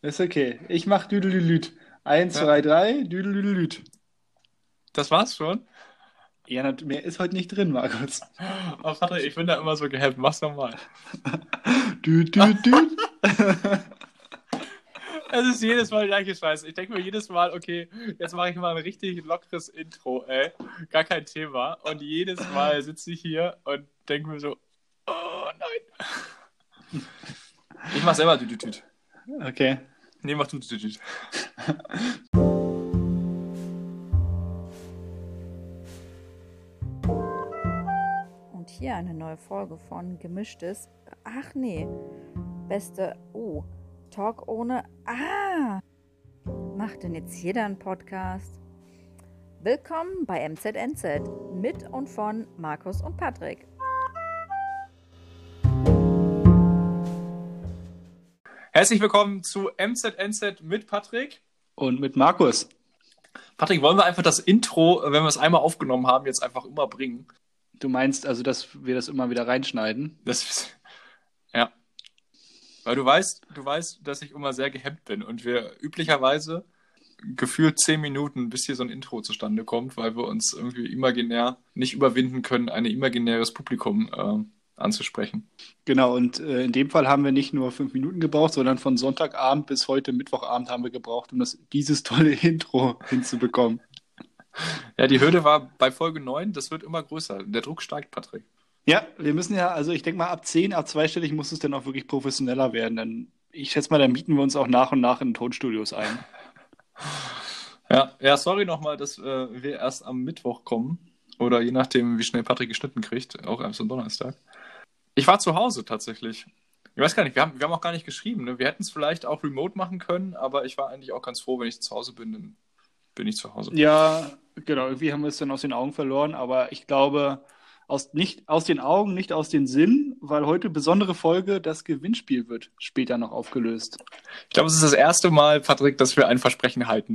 Ist okay. Ich mach Düdelülüt. Eins, Ja, zwei, drei, Düdelülüt. das war's schon. Ja, mehr ist heute nicht drin, Markus. Aber Patrick, ich bin da immer so gehypt. Mach's nochmal. Düt, düt, düt. Es ist jedes Mal die gleiche Scheiße. Ich denke mir jedes Mal, okay, jetzt mache ich mal ein richtig lockeres Intro, ey. Gar kein Thema. Und jedes Mal sitze ich hier und denke mir so, oh nein. Ich mach selber Düdüdüd. Okay. Nee, mach du Düdüdüd. Und hier eine neue Folge von Gemischtes. Ach nee, beste. Oh, Talk ohne. Macht denn jetzt jeder einen Podcast? Willkommen bei MZNZ mit und von Markus und Patrick. Herzlich willkommen zu MZNZ mit Patrick. Und mit Markus. Patrick, wollen wir einfach das Intro, wenn wir es einmal aufgenommen haben, jetzt einfach immer bringen? Du meinst also, dass wir das immer wieder reinschneiden? Ja. Weil du weißt, dass ich immer sehr gehemmt bin und wir üblicherweise gefühlt 10 Minuten, bis hier so ein Intro zustande kommt, weil wir uns irgendwie imaginär nicht überwinden können, ein imaginäres Publikum anzusprechen. Genau, und in dem Fall haben wir nicht nur 5 Minuten gebraucht, sondern von Sonntagabend bis heute Mittwochabend haben wir gebraucht, um dieses tolle Intro hinzubekommen. Ja, die Hürde war bei Folge 9, das wird immer größer. Der Druck steigt, Patrick. Ja, wir müssen ja, also ich denke mal, ab 10, ab zweistellig muss es dann auch wirklich professioneller werden. Dann, ich schätze mal, dann mieten wir uns auch nach und nach in Tonstudios ein. Ja, sorry nochmal, dass wir erst am Mittwoch kommen. Oder je nachdem, wie schnell Patrick geschnitten kriegt, auch erst am Donnerstag. Ich war zu Hause tatsächlich. Ich weiß gar nicht, wir haben auch gar nicht geschrieben. Ne? Wir hätten es vielleicht auch remote machen können, aber ich war eigentlich auch ganz froh, wenn ich zu Hause bin, dann bin ich zu Hause. Ja, genau, irgendwie haben wir es dann aus den Augen verloren, aber ich glaube, nicht aus den Augen, nicht aus den Sinnen, weil heute besondere Folge, das Gewinnspiel wird später noch aufgelöst. Ich glaube, es ist das erste Mal, Patrick, dass wir ein Versprechen halten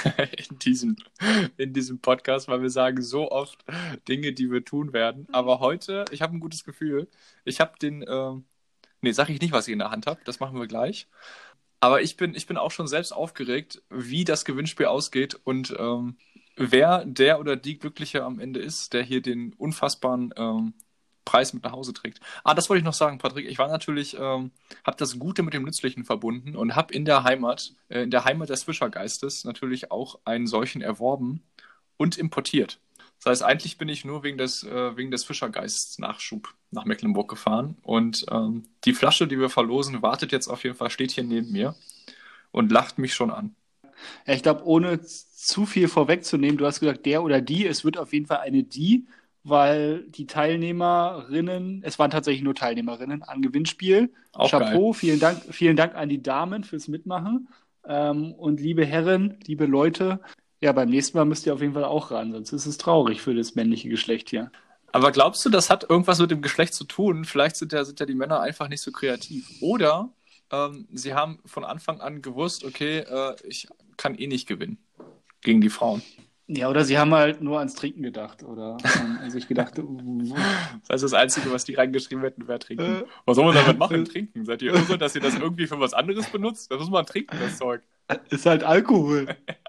in diesem Podcast, weil wir sagen so oft Dinge, die wir tun werden. Aber heute, ich habe ein gutes Gefühl. Ich habe sag ich nicht, was ich in der Hand habe. Das machen wir gleich. Aber ich bin auch schon selbst aufgeregt, wie das Gewinnspiel ausgeht und wer der oder die Glückliche am Ende ist, der hier den unfassbaren Preis mit nach Hause trägt. Das wollte ich noch sagen, Patrick. Ich war natürlich, habe das Gute mit dem Nützlichen verbunden und habe in der Heimat des Fischergeistes natürlich auch einen solchen erworben und importiert. Das heißt, eigentlich bin ich nur wegen des Fischergeists Nachschub nach Mecklenburg gefahren. Und die Flasche, die wir verlosen, wartet jetzt auf jeden Fall, steht hier neben mir und lacht mich schon an. Ja, ich glaube, ohne zu viel vorwegzunehmen, du hast gesagt, der oder die, es wird auf jeden Fall eine die, weil die Teilnehmerinnen, es waren tatsächlich nur Teilnehmerinnen am Gewinnspiel. Auch Chapeau, geil. vielen Dank an die Damen fürs Mitmachen. Und liebe Herren, liebe Leute, ja, beim nächsten Mal müsst ihr auf jeden Fall auch ran, sonst ist es traurig für das männliche Geschlecht hier. Aber glaubst du, das hat irgendwas mit dem Geschlecht zu tun? Vielleicht sind ja die Männer einfach nicht so kreativ. Oder sie haben von Anfang an gewusst, okay, ich kann eh nicht gewinnen gegen die Frauen. Ja, oder sie haben halt nur ans Trinken gedacht oder sich gedacht, Das heißt, das Einzige, was die reingeschrieben hätten, wäre trinken. Was soll man damit machen? Trinken. Seid ihr irre, dass ihr das irgendwie für was anderes benutzt? Das muss man trinken, das Zeug. ist halt Alkohol.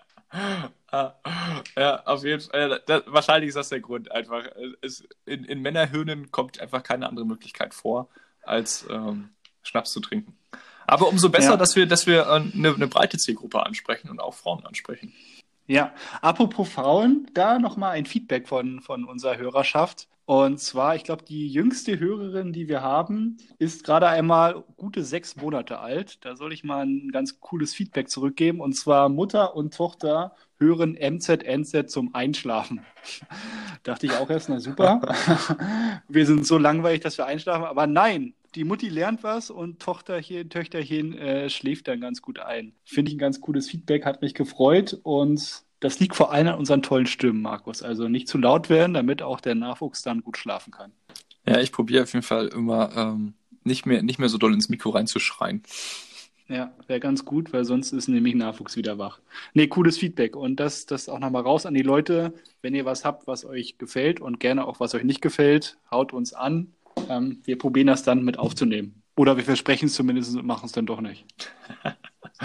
Ja, auf jeden Fall. Wahrscheinlich ist das der Grund einfach. In Männerhirnen kommt einfach keine andere Möglichkeit vor, als Schnaps zu trinken. Aber umso besser, Ja. dass wir eine breite Zielgruppe ansprechen und auch Frauen ansprechen. Ja, apropos Frauen, da nochmal ein Feedback von unserer Hörerschaft. Und zwar, ich glaube, die jüngste Hörerin, die wir haben, ist gerade einmal gute 6 Monate alt. Da soll ich mal ein ganz cooles Feedback zurückgeben. Und zwar Mutter und Tochter hören MZNZ zum Einschlafen. Dachte ich auch erst, na super. Wir sind so langweilig, dass wir einschlafen. Aber nein, die Mutti lernt was und Töchterchen schläft dann ganz gut ein. Finde ich ein ganz cooles Feedback, hat mich gefreut und das liegt vor allem an unseren tollen Stimmen, Markus. Also nicht zu laut werden, damit auch der Nachwuchs dann gut schlafen kann. Ja, ich probiere auf jeden Fall immer nicht mehr so doll ins Mikro reinzuschreien. Ja, wäre ganz gut, weil sonst ist nämlich Nachwuchs wieder wach. Nee, cooles Feedback. Und das auch nochmal raus an die Leute. Wenn ihr was habt, was euch gefällt und gerne auch was euch nicht gefällt, haut uns an. Wir probieren das dann mit aufzunehmen. Oder wir versprechen es zumindest und machen es dann doch nicht.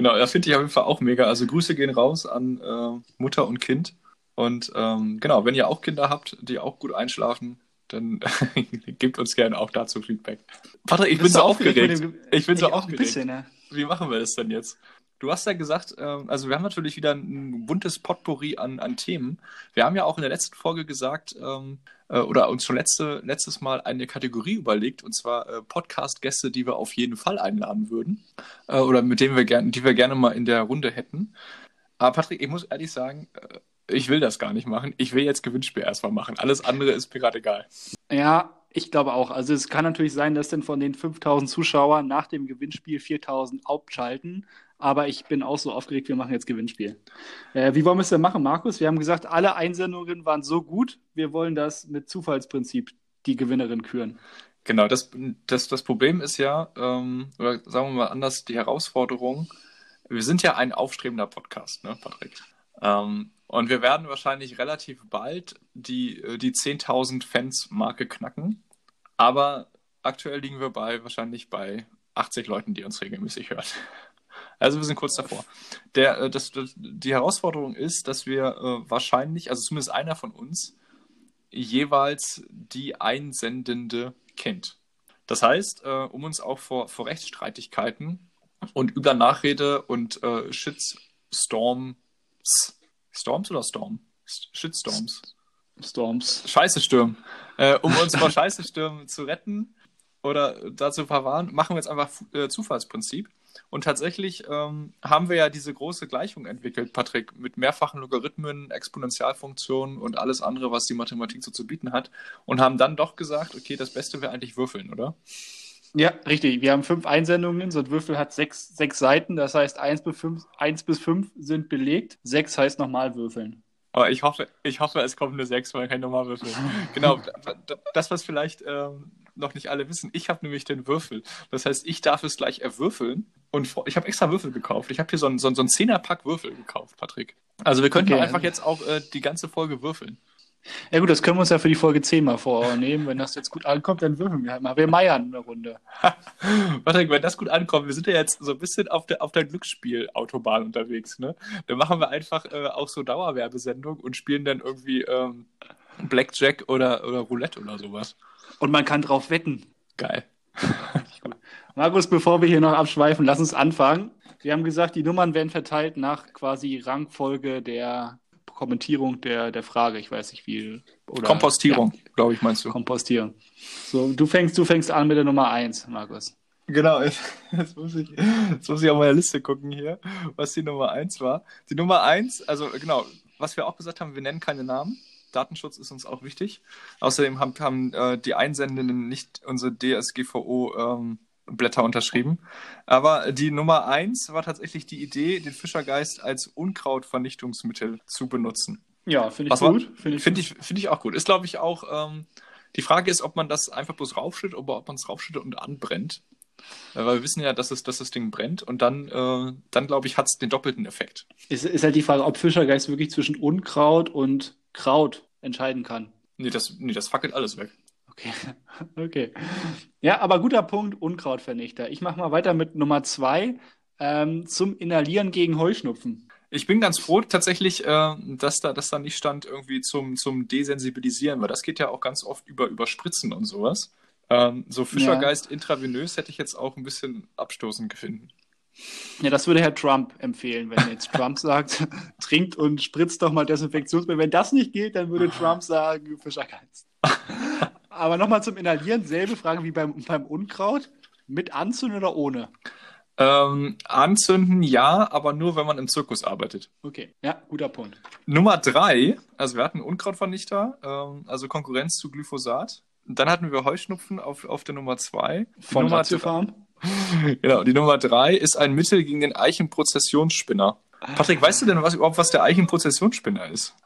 Genau, das finde ich auf jeden Fall auch mega. Also Grüße gehen raus an Mutter und Kind. Und genau, wenn ihr auch Kinder habt, die auch gut einschlafen, dann gebt uns gerne auch dazu Feedback. Patrick, ich bin Bist so du aufgeregt mit aufgeregt. dem Ich bin so Ich auch ein aufgeregt. bisschen, ne? Wie machen wir das denn jetzt? Du hast ja gesagt, also wir haben natürlich wieder ein buntes Potpourri an Themen. Wir haben ja auch in der letzten Folge gesagt, oder uns schon letztes Mal eine Kategorie überlegt, und zwar Podcast-Gäste, die wir auf jeden Fall einladen würden, oder mit denen die wir gerne mal in der Runde hätten. Aber Patrick, ich muss ehrlich sagen, ich will das gar nicht machen. Ich will jetzt Gewinnspiel erstmal machen. Alles andere ist mir gerade egal. Ja, ich glaube auch. Also es kann natürlich sein, dass dann von den 5.000 Zuschauern nach dem Gewinnspiel 4.000 abschalten. Aber ich bin auch so aufgeregt, wir machen jetzt Gewinnspiel. Wie wollen wir es denn machen, Markus? Wir haben gesagt, alle Einsendungen waren so gut, wir wollen das mit Zufallsprinzip die Gewinnerin küren. Genau, das Problem ist ja, oder sagen wir mal anders, die Herausforderung, wir sind ja ein aufstrebender Podcast, ne, Patrick? Und wir werden wahrscheinlich relativ bald die 10.000 Fans-Marke knacken. Aber aktuell liegen wir wahrscheinlich bei 80 Leuten, die uns regelmäßig hören. Also wir sind kurz davor. Die Herausforderung ist, dass wir wahrscheinlich, also zumindest einer von uns, jeweils die Einsendende kennt. Das heißt, um uns auch vor Rechtsstreitigkeiten und über Nachrede und Shitstorms, Storms oder Storm? Shitstorms. Storms. Scheißestürmen. Um uns vor Scheißestürmen zu retten oder dazu verwahren, machen wir jetzt einfach Zufallsprinzip. Und tatsächlich haben wir ja diese große Gleichung entwickelt, Patrick, mit mehrfachen Logarithmen, Exponentialfunktionen und alles andere, was die Mathematik so zu bieten hat. Und haben dann doch gesagt, okay, das Beste wäre eigentlich würfeln, oder? Ja, richtig. Wir haben 5 Einsendungen. So ein Würfel hat 6 Seiten. Das heißt, 1 bis 5 sind belegt. 6 heißt nochmal würfeln. Aber ich hoffe, es kommt eine 6, weil ich kann nochmal würfeln. Genau, das, was vielleicht noch nicht alle wissen. Ich habe nämlich den Würfel. Das heißt, ich darf es gleich erwürfeln. Und ich habe extra Würfel gekauft. Ich habe hier so ein 10er-Pack Würfel gekauft, Patrick. Also wir könnten Okay. einfach jetzt auch die ganze Folge würfeln. Ja gut, das können wir uns ja für die Folge 10 mal vornehmen. Wenn das jetzt gut ankommt, dann würfeln wir halt mal. Wir meiern eine Runde. Patrick, wenn das gut ankommt, wir sind ja jetzt so ein bisschen auf der Glücksspielautobahn unterwegs, ne? Dann machen wir einfach auch so Dauerwerbesendung und spielen dann irgendwie Blackjack oder Roulette oder sowas. Und man kann drauf wetten. Geil. Gut. Markus, bevor wir hier noch abschweifen, lass uns anfangen. Wir haben gesagt, die Nummern werden verteilt nach quasi Rangfolge der Kommentierung der Frage. Ich weiß nicht wie. Oder, Kompostierung, ja, glaube ich, meinst du. Kompostierung. So, du fängst an mit der Nummer 1, Markus. Genau, jetzt muss ich auf meine Liste gucken hier, was die Nummer 1 war. Die Nummer 1, also genau, was wir auch gesagt haben, wir nennen keine Namen. Datenschutz ist uns auch wichtig. Außerdem haben die Einsendenden nicht unsere DSGVO-Blätter unterschrieben. Aber die Nummer 1 war tatsächlich die Idee, den Fischergeist als Unkrautvernichtungsmittel zu benutzen. Ja, finde ich gut. Finde ich auch gut. Ist, glaube ich, auch, die Frage ist, ob man das einfach bloß raufschüttet oder ob man es raufschüttet und anbrennt. Weil wir wissen ja, dass das Ding brennt und dann glaube ich, hat es den doppelten Effekt. Ist halt die Frage, ob Fischergeist wirklich zwischen Unkraut und Kraut entscheiden kann. Nee, das fackelt alles weg. Okay. Ja, aber guter Punkt, Unkrautvernichter. Ich mache mal weiter mit Nummer 2, zum Inhalieren gegen Heuschnupfen. Ich bin ganz froh tatsächlich, dass da nicht stand irgendwie zum Desensibilisieren, weil das geht ja auch ganz oft über Spritzen und sowas. So Fischergeist intravenös hätte ich jetzt auch ein bisschen abstoßend gefunden. Ja, das würde Herr Trump empfehlen, wenn jetzt Trump sagt, trinkt und spritzt doch mal Desinfektionsmittel. Wenn das nicht geht, dann würde Trump sagen, Fischergeist. Aber nochmal zum Inhalieren, selbe Frage wie beim Unkraut. Mit Anzünden oder ohne? Anzünden ja, aber nur, wenn man im Zirkus arbeitet. Okay, ja, guter Punkt. Nummer 3, also wir hatten Unkrautvernichter, also Konkurrenz zu Glyphosat. Dann hatten wir Heuschnupfen auf der Nummer 2. Von Ratiofarm? Genau, die Nummer 3 ist ein Mittel gegen den Eichenprozessionsspinner. Patrick, weißt du denn was der Eichenprozessionsspinner ist?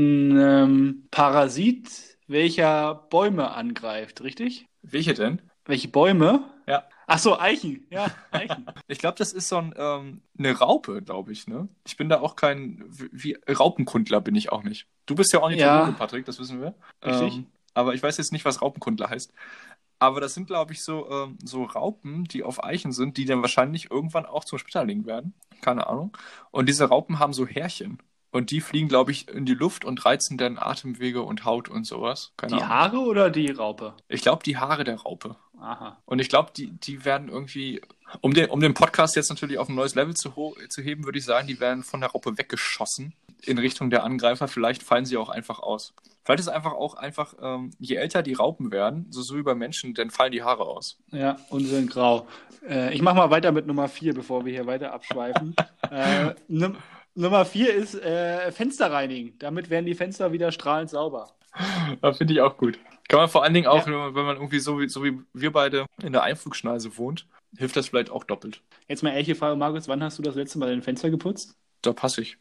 Ein Parasit, welcher Bäume angreift, richtig? Welche denn? Welche Bäume? Ja. Ach so, Eichen. Ja, Eichen. Ich glaube, das ist so eine Raupe, glaube ich, ne? Ich bin da auch Raupenkundler bin ich auch nicht. Du bist ja Ornithologe, Patrick, das wissen wir. Richtig. Aber ich weiß jetzt nicht, was Raupenkundler heißt. Aber das sind, glaube ich, so Raupen, die auf Eichen sind, die dann wahrscheinlich irgendwann auch zum Schmetterling werden. Keine Ahnung. Und diese Raupen haben so Härchen. Und die fliegen, glaube ich, in die Luft und reizen dann Atemwege und Haut und sowas. Keine Die Ahnung. Haare oder die Raupe? Ich glaube, die Haare der Raupe. Aha. Und ich glaube, die werden irgendwie, um den Podcast jetzt natürlich auf ein neues Level zu heben, würde ich sagen, die werden von der Raupe weggeschossen in Richtung der Angreifer. Vielleicht fallen sie auch einfach aus. Vielleicht ist einfach, je älter die Raupen werden, so wie bei Menschen, dann fallen die Haare aus. Ja, und sind grau. Ich mache mal weiter mit Nummer 4, bevor wir hier weiter abschweifen. Nummer 4 ist Fenster reinigen. Damit werden die Fenster wieder strahlend sauber. Das finde ich auch gut. Kann man vor allen Dingen auch, Ja. wenn man irgendwie so wie wir beide in der Einflugschneise wohnt, hilft das vielleicht auch doppelt. Jetzt mal ehrliche Frage, Markus, wann hast du das letzte Mal dein Fenster geputzt? Da passe ich.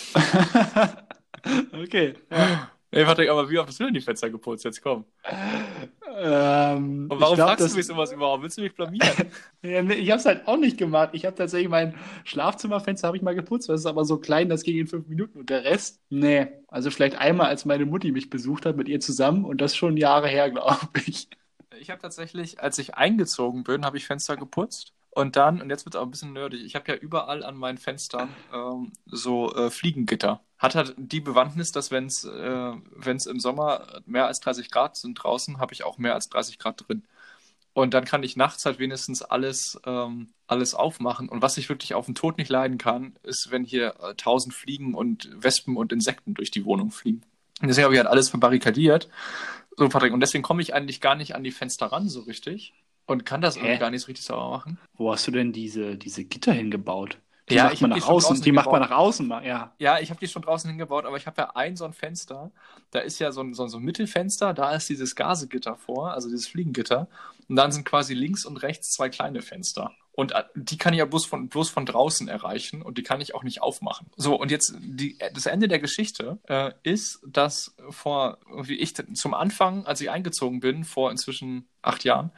Okay. Ja. Ey, Patrick, aber wie oft hast du denn die Fenster geputzt? Jetzt komm. Und warum ich glaub, fragst du mich sowas überhaupt? Willst du mich blamieren? Ja, nee, ich habe es halt auch nicht gemacht. Ich habe tatsächlich mein Schlafzimmerfenster habe ich mal geputzt. Das ist aber so klein, das ging in 5 Minuten. Und der Rest, nee. Also vielleicht einmal, als meine Mutti mich besucht hat mit ihr zusammen. Und das schon Jahre her, glaube ich. Ich habe tatsächlich, als ich eingezogen bin, habe ich Fenster geputzt. Und jetzt wird es auch ein bisschen nerdig, ich habe ja überall an meinen Fenstern so Fliegengitter. Hat halt die Bewandtnis, dass wenn es im Sommer mehr als 30 Grad sind draußen, habe ich auch mehr als 30 Grad drin. Und dann kann ich nachts halt wenigstens alles aufmachen. Und was ich wirklich auf den Tod nicht leiden kann, ist, wenn hier 1000 Fliegen und Wespen und Insekten durch die Wohnung fliegen. Und deswegen habe ich halt alles verbarrikadiert. So, Patrick, und deswegen komme ich eigentlich gar nicht an die Fenster ran so richtig. Und kann das irgendwie gar nicht so richtig sauber machen. Wo hast du denn diese Gitter hingebaut? Die Ja, macht ich man hab die nach schon außen. draußen Die macht man hingebaut. nach außen, ja. Ja, ich habe die schon draußen hingebaut, aber ich habe ja so ein Fenster. Da ist ja so ein Mittelfenster, da ist dieses Gasegitter vor, also dieses Fliegengitter. Und dann sind quasi links und rechts 2 kleine Fenster. Und die kann ich ja bloß von draußen erreichen und die kann ich auch nicht aufmachen. So, und jetzt das Ende der Geschichte ist, dass zum Anfang, als ich eingezogen bin, vor inzwischen 8 Jahren,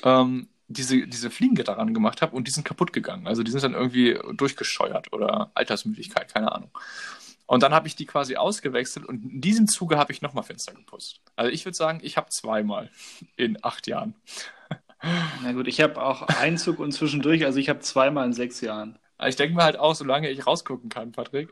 diese Fliegengitter ran gemacht habe und die sind kaputt gegangen. Also die sind dann irgendwie durchgescheuert oder Altersmüdigkeit, keine Ahnung. Und dann habe ich die quasi ausgewechselt und in diesem Zuge habe ich nochmal Fenster geputzt. Also ich würde sagen, ich habe 2-mal in 8 Jahren. Na gut, ich habe auch Einzug und zwischendurch, also ich habe 2-mal in 6 Jahren. Aber ich denke mir halt auch, solange ich rausgucken kann, Patrick,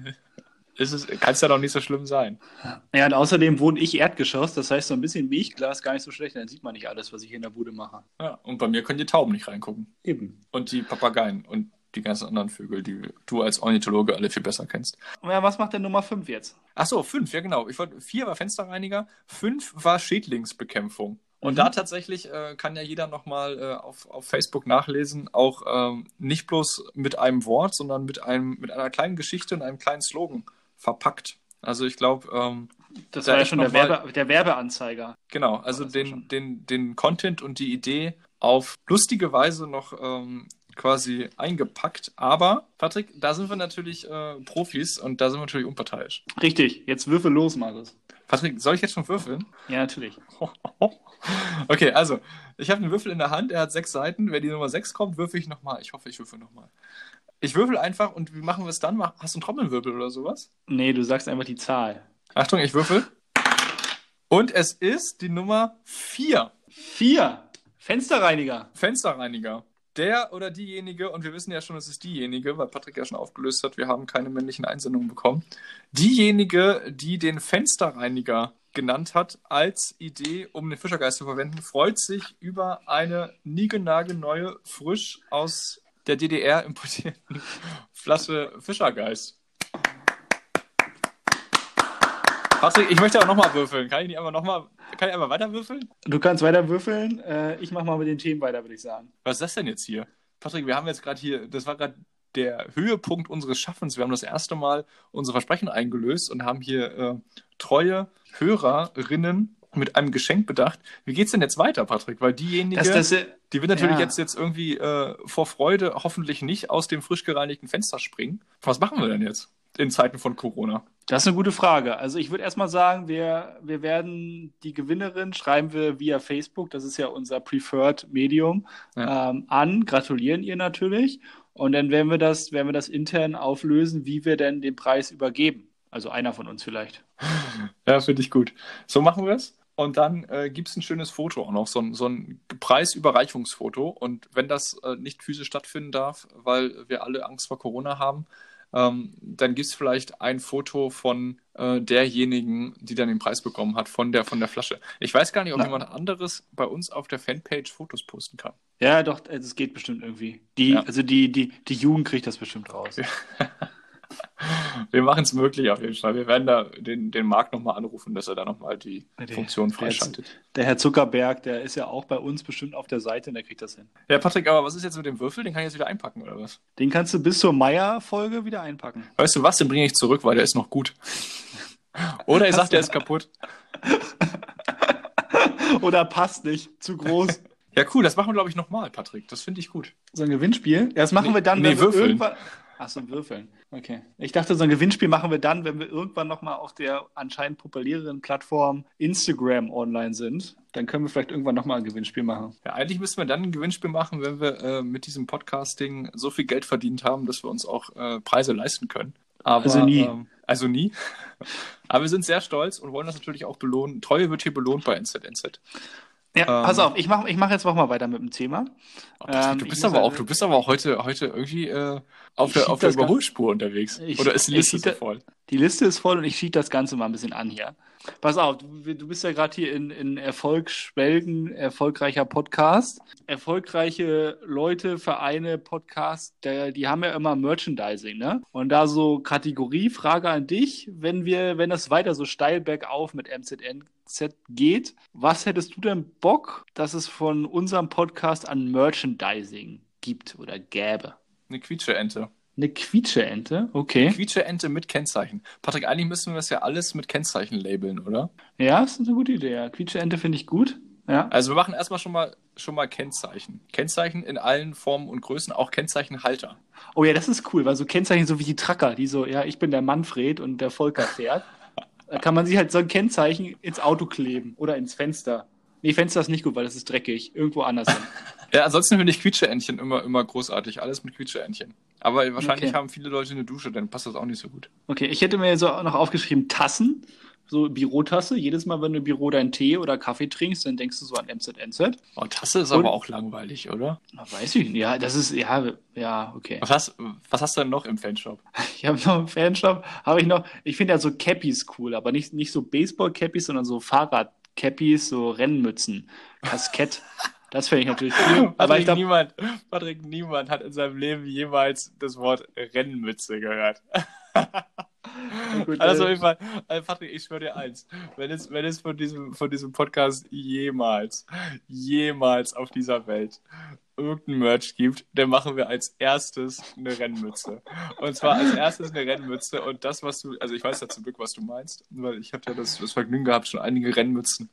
kann es ja doch nicht so schlimm sein. Ja, und außerdem wohne ich Erdgeschoss, das heißt, so ein bisschen Milchglas gar nicht so schlecht, dann sieht man nicht alles, was ich hier in der Bude mache. Ja, und bei mir können die Tauben nicht reingucken. Eben. Und die Papageien und die ganzen anderen Vögel, die du als Ornithologe alle viel besser kennst. Ja, was macht denn Nummer 5 jetzt? Ach so, 5, ja genau. 4 war Fensterreiniger, 5 war Schädlingsbekämpfung. Und da tatsächlich kann ja jeder nochmal auf Facebook nachlesen, auch nicht bloß mit einem Wort, sondern mit einer kleinen Geschichte und einem kleinen Slogan verpackt. Also ich glaube, das da war ja echt schon noch der Werbeanzeiger. genau, also das war schon. den Content und die Idee auf lustige Weise noch quasi eingepackt. Aber, Patrick, da sind wir natürlich Profis und da sind wir natürlich unparteiisch. Richtig, jetzt würfel los, Markus. Patrick, soll ich jetzt schon würfeln? Ja, natürlich. Okay, also, ich habe einen Würfel in der Hand, er hat 6 Seiten. Wenn die Nummer 6 kommt, würfel ich nochmal. Ich hoffe, ich würfel nochmal. Ich würfel einfach und wie machen wir es dann? Hast du einen Trommelwirbel oder sowas? Nee, du sagst einfach die Zahl. Achtung, ich würfel. Und es ist die Nummer 4. 4. Fensterreiniger. Fensterreiniger. Der oder diejenige, und wir wissen ja schon, es ist diejenige, weil Patrick ja schon aufgelöst hat, wir haben keine männlichen Einsendungen bekommen. Diejenige, die den Fensterreiniger genannt hat als Idee, um den Fischergeist zu verwenden, freut sich über eine niegelnagelneue, frisch aus der DDR importierten Flasche Fischergeist. Patrick, ich möchte aber nochmal würfeln. Kann ich einfach weiter würfeln? Du kannst weiter würfeln. Ich mache mal mit den Themen weiter, würde ich sagen. Was ist das denn jetzt hier? Patrick, wir haben jetzt gerade hier, das war gerade der Höhepunkt unseres Schaffens. Wir haben das erste Mal unsere Versprechen eingelöst und haben hier treue Hörerinnen mit einem Geschenk bedacht. Wie geht's denn jetzt weiter, Patrick? Weil diejenige, die wird natürlich jetzt irgendwie vor Freude hoffentlich nicht aus dem frisch gereinigten Fenster springen. Was machen wir denn jetzt in Zeiten von Corona? Das ist eine gute Frage. Also ich würde erstmal sagen, wir werden die Gewinnerin, schreiben wir via Facebook, das ist ja unser Preferred Medium, an, gratulieren ihr natürlich. Und dann werden wir das intern auflösen, wie wir denn den Preis übergeben. Also einer von uns vielleicht. Ja, finde ich gut. So machen wir es. Und dann gibt es ein schönes Foto auch noch, so ein Preisüberreichungsfoto. Und wenn das nicht physisch stattfinden darf, weil wir alle Angst vor Corona haben, dann gibt es vielleicht ein Foto von derjenigen, die dann den Preis bekommen hat, von der Flasche. Ich weiß gar nicht, ob jemand anderes bei uns auf der Fanpage Fotos posten kann. Ja, doch, es geht bestimmt irgendwie. Ja. Also die Jugend kriegt das bestimmt raus. Wir machen es möglich auf jeden Fall. Wir werden da den Marc nochmal anrufen, dass er da nochmal die Funktion freischaltet. Der Herr Zuckerberg, der ist ja auch bei uns bestimmt auf der Seite und der kriegt das hin. Ja, Patrick, aber was ist jetzt mit dem Würfel? Den kann ich jetzt wieder einpacken, oder was? Den kannst du bis zur Meier-Folge wieder einpacken. Weißt du was? Den bringe ich zurück, weil der ist noch gut. Oder ich sag, der ist kaputt. Oder passt nicht, zu groß. Ja, cool, das machen wir, glaube ich, nochmal, Patrick. Das finde ich gut. So ein Gewinnspiel? Ja, das machen wir dann, wenn wir würfeln. irgendwann... Ach so, würfeln. Okay. Ich dachte, so ein Gewinnspiel machen wir dann, wenn wir irgendwann nochmal auf der anscheinend populäreren Plattform Instagram online sind. Dann können wir vielleicht irgendwann nochmal ein Gewinnspiel machen. Ja, eigentlich müssten wir dann ein Gewinnspiel machen, wenn wir mit diesem Podcasting so viel Geld verdient haben, dass wir uns auch Preise leisten können. Aber, also nie. Also nie. Aber wir sind sehr stolz und wollen das natürlich auch belohnen. Treue wird hier belohnt bei NZNZ. Ja, pass auf, ich mach jetzt noch mal weiter mit dem Thema. Du bist aber auch heute irgendwie auf der Überholspur unterwegs. Oder ist die Liste so voll? Die Liste ist voll und ich schiebe das Ganze mal ein bisschen an hier. Pass auf, du bist ja gerade hier in Erfolgsschwelgen, erfolgreicher Podcast. Erfolgreiche Leute, Vereine, Podcasts, die haben ja immer Merchandising, ne? Und da so Kategoriefrage an dich, wenn das weiter so steil bergauf mit MZNZ geht, was hättest du denn Bock, dass es von unserem Podcast an Merchandising gibt oder gäbe? Eine Quietscheente. Eine Quietscheente? Okay. Eine Quietscheente mit Kennzeichen. Patrick, eigentlich müssen wir das ja alles mit Kennzeichen labeln, oder? Ja, ist eine gute Idee. Ja. Quietscheente finde ich gut. Ja. Also wir machen erstmal schon mal Kennzeichen. Kennzeichen in allen Formen und Größen, auch Kennzeichenhalter. Oh ja, das ist cool, weil so Kennzeichen so wie die Trucker, die so, ja, ich bin der Manfred und der Volker fährt. Da kann man sich halt so ein Kennzeichen ins Auto kleben oder ins Fenster. Nee, Fenster ist nicht gut, weil das ist dreckig. Irgendwo anders hin. Ja, ansonsten finde ich Quietscheentchen immer großartig. Alles mit Quietscheentchen. Aber wahrscheinlich haben viele Leute eine Dusche, dann passt das auch nicht so gut. Okay, ich hätte mir so noch aufgeschrieben, Tassen. So Bürotasse. Jedes Mal, wenn du im Büro deinen Tee oder Kaffee trinkst, dann denkst du so an MZNZ. Oh, Tasse ist aber auch langweilig, oder? Weiß ich nicht. Ja, das ist, ja, okay. Was hast du denn noch im Fanshop? Ich habe noch im Fanshop, ich finde ja so Cappies cool, aber nicht so Baseball-Cappies, sondern so Fahrrad-Cappies, so Rennmützen, Kaskett. Das finde ich natürlich cool. Aber Patrick, niemand hat in seinem Leben jemals das Wort Rennmütze gehört. Gut, also auf jeden Fall, Patrick, ich schwöre dir eins, wenn es von diesem Podcast jemals auf dieser Welt irgendein Merch gibt, dann machen wir als erstes eine Rennmütze. Und zwar als erstes eine Rennmütze und das, was du, also ich weiß ja zum Glück, was du meinst, weil ich habe ja das Vergnügen gehabt, schon einige Rennmützen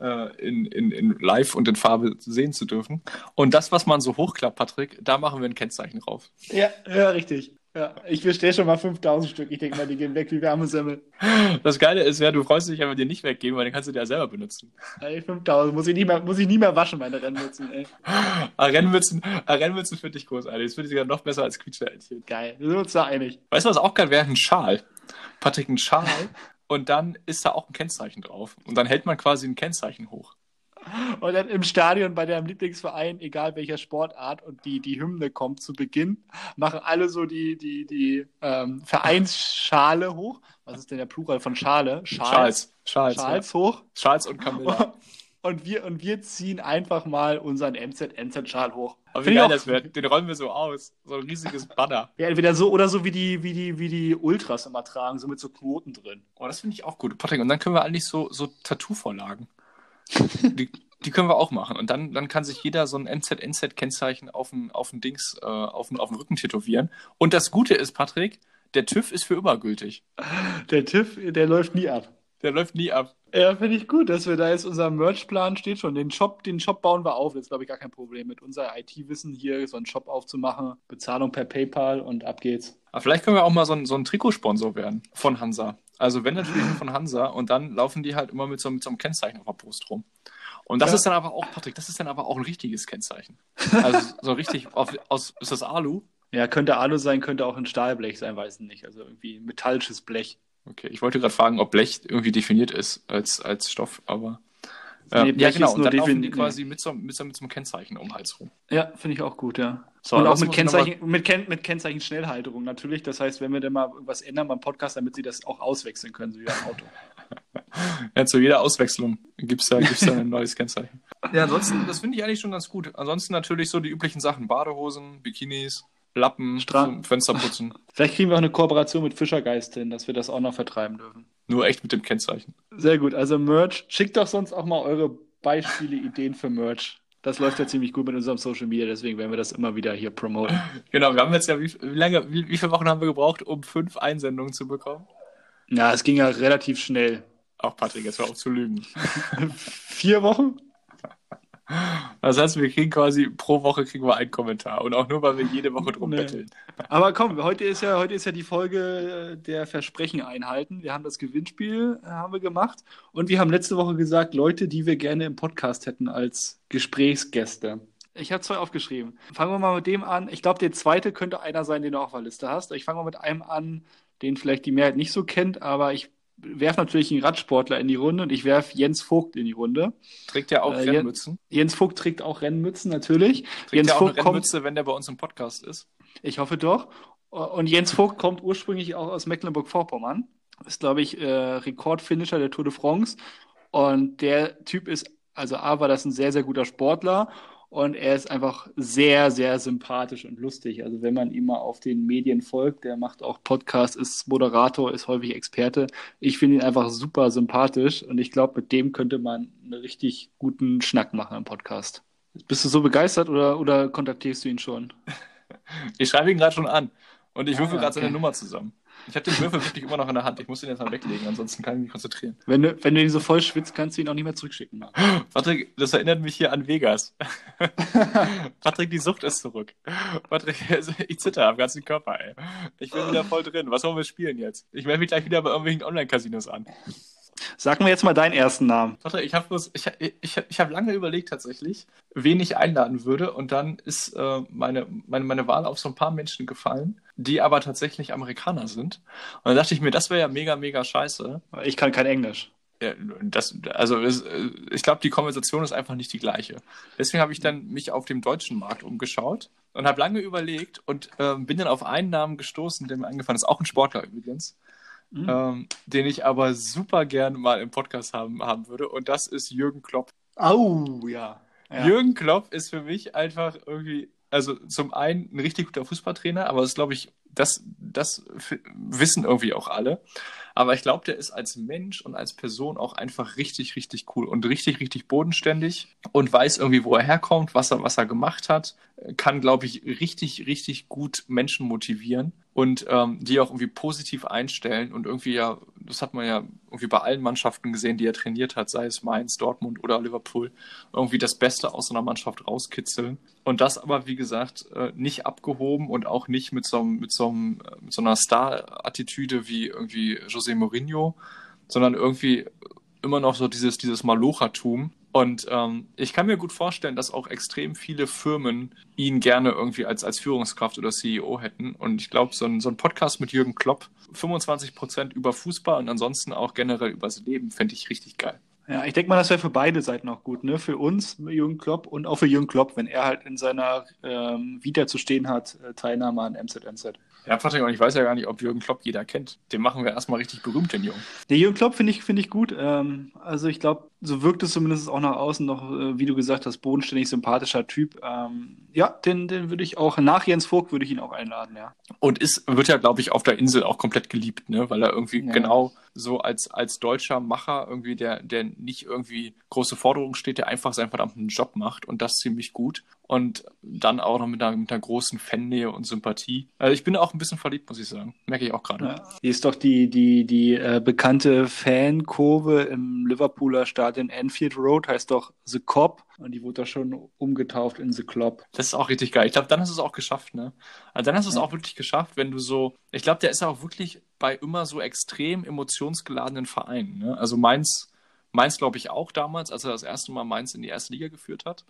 in Live und in Farbe sehen zu dürfen. Und das, was man so hochklappt, Patrick, da machen wir ein Kennzeichen drauf. Ja, richtig. Ja, ich bestelle schon mal 5000 Stück. Ich denke mal, die gehen weg wie warme Semmel. Das Geile ist ja, du freust dich, wenn wir die nicht weggeben, weil dann kannst du die ja selber benutzen. Ey, 5000 muss ich nie mehr waschen, meine Rennmützen, ey. Rennmützen finde ich großartig. Das finde ich sogar noch besser als Quietscheentchen. Geil, wir sind uns da einig. Weißt du, was auch geil wäre? Ein Schal. Patrick, ein Schal. Und dann ist da auch ein Kennzeichen drauf. Und dann hält man quasi ein Kennzeichen hoch. Und dann im Stadion bei deinem Lieblingsverein, egal welcher Sportart, und die Hymne kommt zu Beginn, machen alle so die Vereinsschale hoch. Was ist denn der Plural von Schale? Schals hoch. Schals und Camilla. Und wir ziehen einfach mal unseren MZNZ-Schal hoch. Aber wie geil das wird, den rollen wir so aus. So ein riesiges Banner. Ja, entweder so oder so wie die Ultras immer tragen, so mit so Knoten drin. Oh, das finde ich auch gut. Patrick, und dann können wir eigentlich so Tattoo-Vorlagen. Die können wir auch machen. Und dann kann sich jeder so ein MZNZ-Kennzeichen auf den Rücken tätowieren. Und das Gute ist, Patrick, der TÜV ist für immer gültig. Der TÜV, der läuft nie ab. Der läuft nie ab. Ja, finde ich gut, dass wir da jetzt unser Merchplan steht schon. Den Shop bauen wir auf. Das ist, glaube ich, gar kein Problem mit unser IT-Wissen hier, so einen Shop aufzumachen. Bezahlung per PayPal und ab geht's. Aber vielleicht können wir auch mal so ein Trikotsponsor werden von Hansa. Also wenn natürlich von Hansa und dann laufen die halt immer mit so einem Kennzeichen auf der Brust rum. Und das ist dann aber auch, Patrick, ein richtiges Kennzeichen. Also so richtig ist das Alu? Ja, könnte Alu sein, könnte auch ein Stahlblech sein, weiß ich nicht. Also irgendwie metallisches Blech. Okay, ich wollte gerade fragen, ob Blech irgendwie definiert ist als Stoff, aber Nee, Ja, Blech genau. ist Und nur dann laufen die definitiv. quasi mit so einem Kennzeichen um den Hals rum. Ja, finde ich auch gut, ja. So, Und auch das mit muss ich nochmal. Kennzeichen, mit Kennzeichen Schnellhalterung natürlich. Das heißt, wenn wir dann mal irgendwas ändern beim Podcast, damit sie das auch auswechseln können, so wie beim Auto. Ja, zu jeder Auswechslung gibt's da ein neues Kennzeichen. Ja, ansonsten, das finde ich eigentlich schon ganz gut. Ansonsten natürlich so die üblichen Sachen: Badehosen, Bikinis, Lappen, Stra- Fenster putzen. Vielleicht kriegen wir auch eine Kooperation mit Fischergeist hin, dass wir das auch noch vertreiben dürfen. Nur echt mit dem Kennzeichen. Sehr gut. Also Merch. Schickt doch sonst auch mal eure Beispiele, Ideen für Merch. Das läuft ja ziemlich gut mit unserem Social Media, deswegen werden wir das immer wieder hier promoten. Genau, wir haben jetzt ja, wie viele Wochen haben wir gebraucht, um 5 Einsendungen zu bekommen? Ja, es ging ja relativ schnell. Auch Patrick, jetzt hör auf zu lügen. 4 Wochen? Das heißt, wir kriegen quasi pro Woche einen Kommentar. Und auch nur, weil wir jede Woche drum Nee. betteln. Aber komm, heute ist ja die Folge der Versprechen einhalten. Wir haben das Gewinnspiel haben wir gemacht und wir haben letzte Woche gesagt, Leute, die wir gerne im Podcast hätten als Gesprächsgäste. Ich habe 2 aufgeschrieben. Fangen wir mal mit dem an. Ich glaube, der zweite könnte einer sein, den du auf der Liste hast. Ich fange mal mit einem an, den vielleicht die Mehrheit nicht so kennt, aber ich werfe natürlich einen Radsportler in die Runde und ich werfe Jens Vogt in die Runde. Trägt ja auch Rennmützen. Jens Vogt trägt auch Rennmützen, natürlich. Trägt Jens ja auch Vogt eine Rennmütze, wenn der bei uns im Podcast ist. Ich hoffe doch. Und Jens Vogt kommt ursprünglich auch aus Mecklenburg-Vorpommern. Ist, glaube ich, Rekordfinisher der Tour de France. Und der Typ ist, also A, war das ein sehr, sehr guter Sportler. Und er ist einfach sehr, sehr sympathisch und lustig. Also wenn man ihm mal auf den Medien folgt, der macht auch Podcasts, ist Moderator, ist häufig Experte. Ich finde ihn einfach super sympathisch. Und ich glaube, mit dem könnte man einen richtig guten Schnack machen im Podcast. Bist du so begeistert oder kontaktierst du ihn schon? Ich schreibe ihn gerade schon an. Und ich würfel ja, gerade seine okay. Nummer zusammen. Ich habe den Würfel wirklich immer noch in der Hand. Ich muss den jetzt mal weglegen, ansonsten kann ich mich konzentrieren. Wenn du ihn so voll schwitzt, kannst du ihn auch nicht mehr zurückschicken. Patrick, das erinnert mich hier an Vegas. Patrick, die Sucht ist zurück. Patrick, ich zitter am ganzen Körper, ey. Ich bin wieder voll drin. Was wollen wir spielen jetzt? Ich melde mich gleich wieder bei irgendwelchen Online-Casinos an. Sag mir jetzt mal deinen ersten Namen. Patrick, ich hab lange überlegt tatsächlich, wen ich einladen würde. Und dann ist meine Wahl auf so ein paar Menschen gefallen, die aber tatsächlich Amerikaner sind. Und dann dachte ich mir, das wäre ja mega, mega scheiße. Ich kann kein Englisch. Ja, ich glaube, die Konversation ist einfach nicht die gleiche. Deswegen habe ich dann mich auf dem deutschen Markt umgeschaut und habe lange überlegt und bin dann auf einen Namen gestoßen, der mir eingefallen ist, auch ein Sportler übrigens, den ich aber super gerne mal im Podcast haben würde, und das ist Jürgen Klopp. Au, ja. Jürgen Klopp ist für mich einfach irgendwie, also zum einen ein richtig guter Fußballtrainer, aber das glaube ich, das wissen irgendwie auch alle. Aber ich glaube, der ist als Mensch und als Person auch einfach richtig, richtig cool und richtig, richtig bodenständig und weiß irgendwie, wo er herkommt, was er gemacht hat, kann, glaube ich, richtig, richtig gut Menschen motivieren und die auch irgendwie positiv einstellen und irgendwie ja, das hat man ja irgendwie bei allen Mannschaften gesehen, die er trainiert hat, sei es Mainz, Dortmund oder Liverpool, irgendwie das Beste aus so einer Mannschaft rauskitzeln. Und das aber, wie gesagt, nicht abgehoben und auch nicht mit so einer Star-Attitüde wie irgendwie José Mourinho, sondern irgendwie immer noch so dieses Malochertum. Und ich kann mir gut vorstellen, dass auch extrem viele Firmen ihn gerne irgendwie als Führungskraft oder CEO hätten. Und ich glaube, so ein Podcast mit Jürgen Klopp, 25% über Fußball und ansonsten auch generell übers Leben, fände ich richtig geil. Ja, ich denke mal, das wäre für beide Seiten auch gut, ne? Für uns, Jürgen Klopp, und auch für Jürgen Klopp, wenn er halt in seiner Vita zu stehen hat, Teilnahme an MZNZ. Ja, Patrick, und ich weiß ja gar nicht, ob Jürgen Klopp jeder kennt. Den machen wir erstmal richtig berühmt, den Jungen. Der Jürgen Klopp finde ich gut. Also ich glaube, so wirkt es zumindest auch nach außen noch, wie du gesagt hast, bodenständig, sympathischer Typ. Ja, den würde ich auch, nach Jens Vogt würde ich ihn auch einladen, ja. Und wird ja, glaube ich, auf der Insel auch komplett geliebt, ne? Weil er irgendwie Ja. genau so als deutscher Macher irgendwie, der nicht irgendwie große Forderungen steht, der einfach seinen verdammten Job macht und das ziemlich gut. Und dann auch noch mit einer großen Fannähe und Sympathie. Also ich bin auch ein bisschen verliebt, muss ich sagen. Merke ich auch gerade. Ja. Hier ist doch die bekannte Fankurve im Liverpooler Stadion Anfield Road, heißt doch The Cop, und die wurde doch schon umgetauft in The Klopp. Das ist auch richtig geil. Ich glaube, dann hast du es auch geschafft, ne? Also dann hast du es auch wirklich geschafft, wenn du so, ich glaube, der ist auch wirklich bei immer so extrem emotionsgeladenen Vereinen, ne? Also Mainz, glaube ich, auch damals, als er das erste Mal Mainz in die erste Liga geführt hat.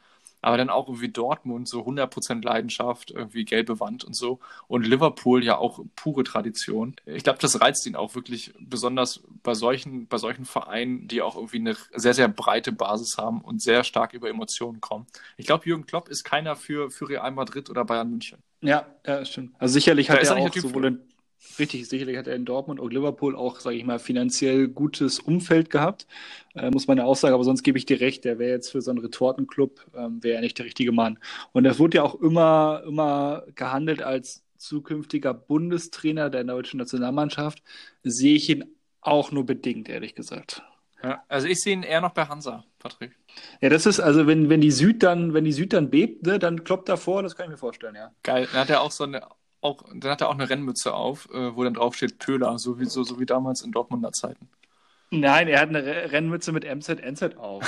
aber dann auch irgendwie Dortmund, so 100% Leidenschaft, irgendwie gelbe Wand und so. Und Liverpool ja auch pure Tradition. Ich glaube, das reizt ihn auch wirklich besonders bei solchen Vereinen, die auch irgendwie eine sehr, sehr breite Basis haben und sehr stark über Emotionen kommen. Ich glaube, Jürgen Klopp ist keiner für Real Madrid oder Bayern München. Ja, stimmt. Also sicherlich Da hat ist er er nicht auch der Typ sowohl für. sicherlich hat er in Dortmund und Liverpool auch, sage ich mal, finanziell gutes Umfeld gehabt, muss man ja auch sagen, aber sonst gebe ich dir recht, der wäre jetzt für so einen Retortenclub, wäre er nicht der richtige Mann. Und er wurde ja auch immer gehandelt als zukünftiger Bundestrainer der deutschen Nationalmannschaft. Sehe ich ihn auch nur bedingt, ehrlich gesagt. Ja, also ich sehe ihn eher noch bei Hansa, Patrick. Ja, das ist, also wenn die Süd dann bebt, ne, dann kloppt davor, das kann ich mir vorstellen, ja. Geil. Dann hat er dann hat er auch eine Rennmütze auf, wo dann drauf steht Pöhler, so wie damals in Dortmunder Zeiten. Nein, er hat eine Rennmütze mit MZNZ auf.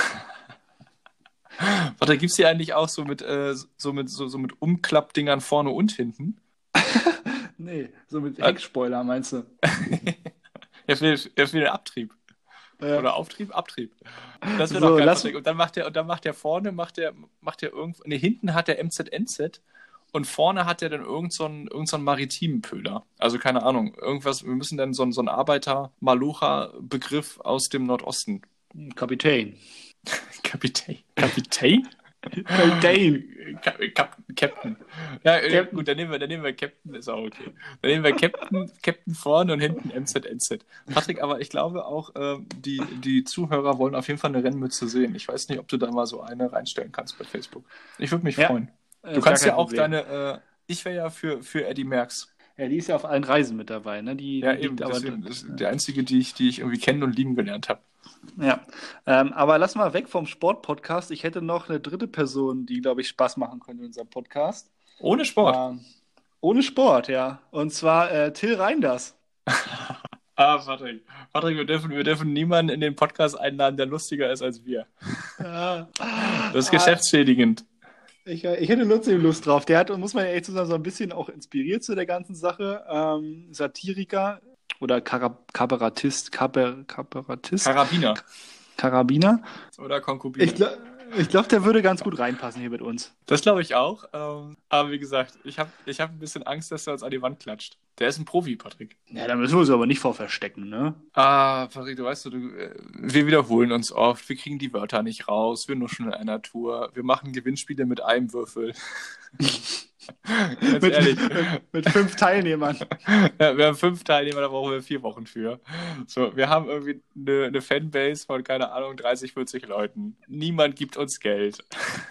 Warte, gibt's die eigentlich auch so mit Umklappdingern vorne und hinten? Nee, so mit Heckspoiler meinst du? Er will den Abtrieb. Ja. Oder Auftrieb, Abtrieb. Das wäre So, doch geil, lass- Patrick. Und dann macht er vorne, irgendwo, ne, hinten hat er MZNZ und vorne hat er dann irgend so einen maritimen Pöhler. Also keine Ahnung, irgendwas, wir müssen dann so einen Arbeiter-Malocha-Begriff aus dem Nordosten. Kapitän. Kapitän? Kapitän? Kapitän. Captain. Ja, Captain. gut, dann nehmen wir Captain, ist auch okay. Dann nehmen wir Captain vorne und hinten MZNZ. Patrick, aber ich glaube auch, die Zuhörer wollen auf jeden Fall eine Rennmütze sehen. Ich weiß nicht, ob du da mal so eine reinstellen kannst bei Facebook. Ich würde mich Ja, freuen. Du ist kannst gar ja kein auch Problem. ich wäre ja für Eddie Merckx. Ja, die ist ja auf allen Reisen mit dabei, ne? Die Ja, liegt eben, aber deswegen, das ist der einzige, die ich irgendwie kennen und lieben gelernt habe. Ja. Aber lass mal weg vom Sport-Podcast. Ich hätte noch eine dritte Person, die, glaube ich, Spaß machen könnte in unserem Podcast. Ohne Sport. Ohne Sport, ja. Und zwar Till Reinders. Patrick, wir dürfen niemanden in den Podcast einladen, der lustiger ist als wir. Ja. Das ist geschäftsschädigend. Ich hätte Lust drauf. Der hat, muss man ja echt zusammen so ein bisschen auch inspiriert zu der ganzen Sache. Satiriker oder Kabarettist. Karabiner. Karabiner. Oder Konkubine. Ich glaube, der würde ganz gut reinpassen hier mit uns. Das glaube ich auch. Aber wie gesagt, ich hab ein bisschen Angst, dass er uns an die Wand klatscht. Der ist ein Profi, Patrick. Ja, da müssen wir uns aber nicht vor verstecken, ne? Patrick, du weißt, wir wiederholen uns oft. Wir kriegen die Wörter nicht raus. Wir nuschen in einer Tour. Wir machen Gewinnspiele mit einem Würfel. Ganz ehrlich. Mit 5 Teilnehmern. Ja, wir haben 5 Teilnehmer, da brauchen wir 4 Wochen für. So, wir haben irgendwie eine Fanbase von, keine Ahnung, 30, 40 Leuten. Niemand gibt uns Geld.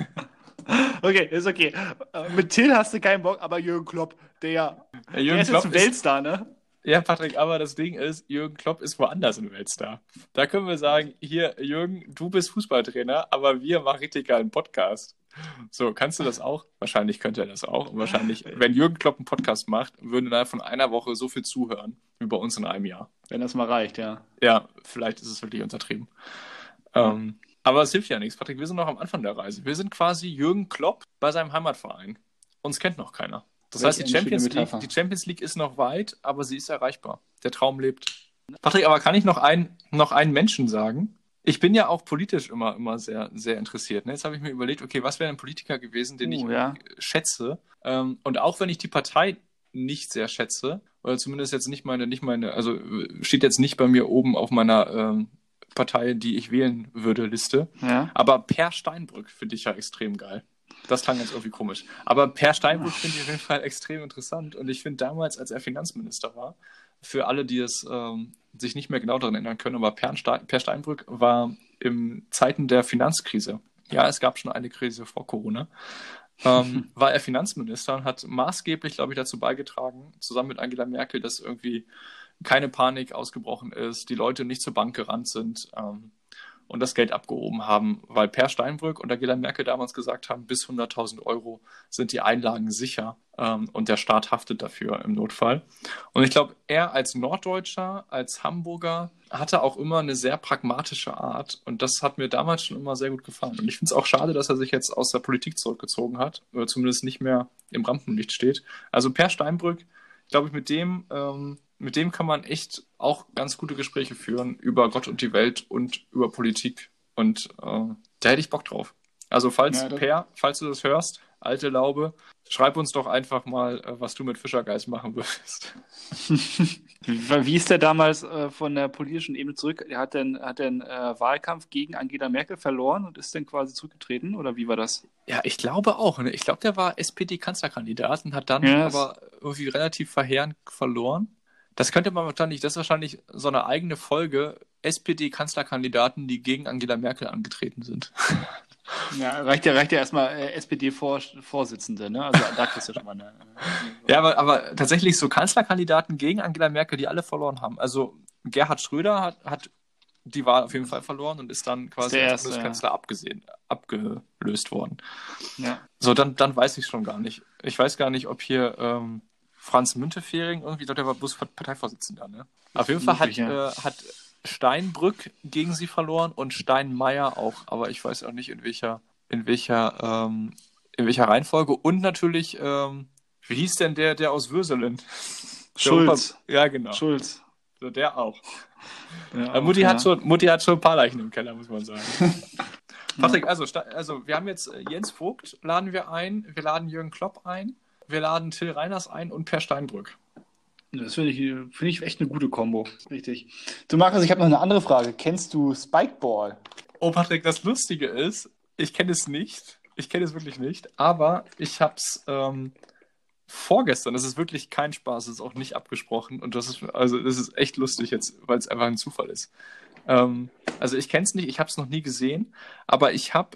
Okay, ist okay. Mit Till hast du keinen Bock, aber Jürgen Klopp, der ist jetzt ein Weltstar, ne? Ja, Patrick, aber das Ding ist, Jürgen Klopp ist woanders ein Weltstar. Da können wir sagen, hier, Jürgen, du bist Fußballtrainer, aber wir machen richtig geilen Podcast. So, kannst du das auch? Wahrscheinlich könnte er das auch. Und wahrscheinlich, wenn Jürgen Klopp einen Podcast macht, würden innerhalb von einer Woche so viel zuhören, wie bei uns in einem Jahr. Wenn das mal reicht, ja. Ja, vielleicht ist es wirklich untertrieben. Aber es hilft ja nichts, Patrick. Wir sind noch am Anfang der Reise. Wir sind quasi Jürgen Klopp bei seinem Heimatverein. Uns kennt noch keiner. Das heißt, die Champions League ist noch weit, aber sie ist erreichbar. Der Traum lebt. Patrick, aber kann ich noch einen Menschen sagen? Ich bin ja auch politisch immer sehr, sehr interessiert. Jetzt habe ich mir überlegt, okay, was wäre ein Politiker gewesen, den ich schätze? Und auch wenn ich die Partei nicht sehr schätze, oder zumindest jetzt nicht meine, also steht jetzt nicht bei mir oben auf meiner Partei, die ich wählen würde, Liste. Ja. Aber Per Steinbrück finde ich ja extrem geil. Das klang jetzt irgendwie komisch. Aber Per Steinbrück finde ich auf jeden Fall extrem interessant. Und ich finde damals, als er Finanzminister war, für alle, die es sich nicht mehr genau daran erinnern können, aber Per Steinbrück war in Zeiten der Finanzkrise, ja, es gab schon eine Krise vor Corona, war er Finanzminister und hat maßgeblich, glaube ich, dazu beigetragen, zusammen mit Angela Merkel, dass irgendwie keine Panik ausgebrochen ist, die Leute nicht zur Bank gerannt sind und das Geld abgehoben haben, weil Per Steinbrück und Angela Merkel damals gesagt haben, bis 100.000 Euro sind die Einlagen sicher und der Staat haftet dafür im Notfall. Und ich glaube, er als Norddeutscher, als Hamburger, hatte auch immer eine sehr pragmatische Art und das hat mir damals schon immer sehr gut gefallen. Und ich finde es auch schade, dass er sich jetzt aus der Politik zurückgezogen hat oder zumindest nicht mehr im Rampenlicht steht. Also Per Steinbrück, glaube ich, mit dem kann man echt auch ganz gute Gespräche führen über Gott und die Welt und über Politik. Und da hätte ich Bock drauf. Also falls Ja, falls du das hörst, alte Laube, schreib uns doch einfach mal, was du mit Fischergeist machen würdest. Wie ist der damals von der politischen Ebene zurück? Er hat den Wahlkampf gegen Angela Merkel verloren und ist dann quasi zurückgetreten? Oder wie war das? Ja, ich glaube auch. Ne? Ich glaube, der war SPD-Kanzlerkandidat und hat dann Ja, aber irgendwie relativ verheerend verloren. Das könnte man wahrscheinlich, das ist wahrscheinlich so eine eigene Folge, SPD-Kanzlerkandidaten, die gegen Angela Merkel angetreten sind. ja, reicht ja erstmal SPD-Vorsitzende, ne? Also da kriegst du schon mal eine. Ja, aber tatsächlich so Kanzlerkandidaten gegen Angela Merkel, die alle verloren haben. Also Gerhard Schröder hat die Wahl auf jeden Fall verloren und ist dann quasi der als erste, Bundeskanzler abgelöst worden. Ja. So, dann weiß ich schon gar nicht. Ich weiß gar nicht, ob hier Franz Müntefering irgendwie, ich glaube, der war bloß Parteivorsitzender, ne? Auf jeden Fall Möglich, ja. hat Steinbrück gegen sie verloren und Steinmeier auch, aber ich weiß auch nicht, in welcher Reihenfolge. Und natürlich, wie hieß denn der aus Würselen? Schulz. Ja, genau. Schulz. So, der auch. Ja, Mutti ja. hat schon ein paar Leichen im Keller, muss man sagen. Patrick, also wir haben jetzt Jens Vogt laden wir ein, wir laden Jürgen Klopp ein, wir laden Till Reiners ein und Per Steinbrück. Das finde ich echt eine gute Kombo. Richtig. Du Markus, ich habe noch eine andere Frage. Kennst du Spikeball? Oh, Patrick, das Lustige ist, ich kenne es nicht. Ich kenne es wirklich nicht, aber ich habe es vorgestern, das ist wirklich kein Spaß, das ist auch nicht abgesprochen und das ist echt lustig jetzt, weil es einfach ein Zufall ist. Also ich kenne es nicht, ich habe es noch nie gesehen, aber ich habe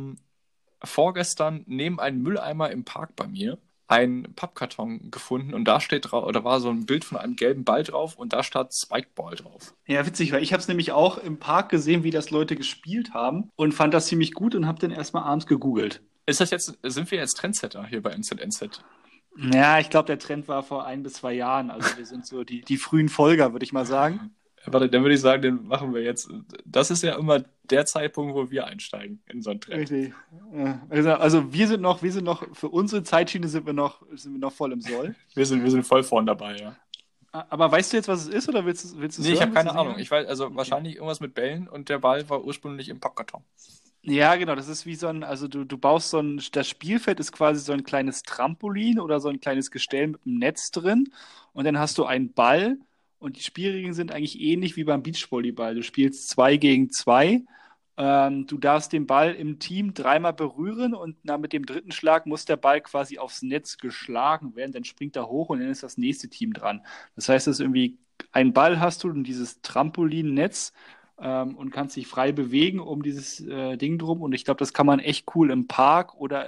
vorgestern neben einem Mülleimer im Park bei mir einen Pappkarton gefunden und da steht drauf, oder war so ein Bild von einem gelben Ball drauf und da stand Spikeball drauf. Ja, witzig, weil ich habe es nämlich auch im Park gesehen, wie das Leute gespielt haben und fand das ziemlich gut und habe dann erstmal abends gegoogelt. Sind wir jetzt Trendsetter hier bei NZNZ? Ja, ich glaube, der Trend war vor 1 bis 2 Jahren. Also wir sind so die frühen Folger, würde ich mal sagen. Warte, dann würde ich sagen, den machen wir jetzt. Das ist ja immer der Zeitpunkt, wo wir einsteigen in so einen Trend. Richtig. Ja, also wir sind noch, für unsere Zeitschiene sind wir noch voll im Soll. Wir sind voll vorn dabei, ja. Aber weißt du jetzt, was es ist, oder willst du es Nee, ich hören? habe keine Ahnung. Ich weiß, also wahrscheinlich irgendwas mit Bällen und der Ball war ursprünglich im Pappkarton. Ja, genau, das ist wie also du baust das Spielfeld ist quasi so ein kleines Trampolin oder so ein kleines Gestell mit einem Netz drin und dann hast du einen Ball und die Spielregeln sind eigentlich ähnlich wie beim Beachvolleyball. Du spielst 2 gegen 2. Du darfst den Ball im Team 3-mal berühren und mit dem 3. Schlag muss der Ball quasi aufs Netz geschlagen werden, dann springt er hoch und dann ist das nächste Team dran. Das heißt, dass irgendwie einen Ball hast du und dieses Trampolinnetz und kannst dich frei bewegen um dieses Ding drum. Und ich glaube, das kann man echt cool im Park oder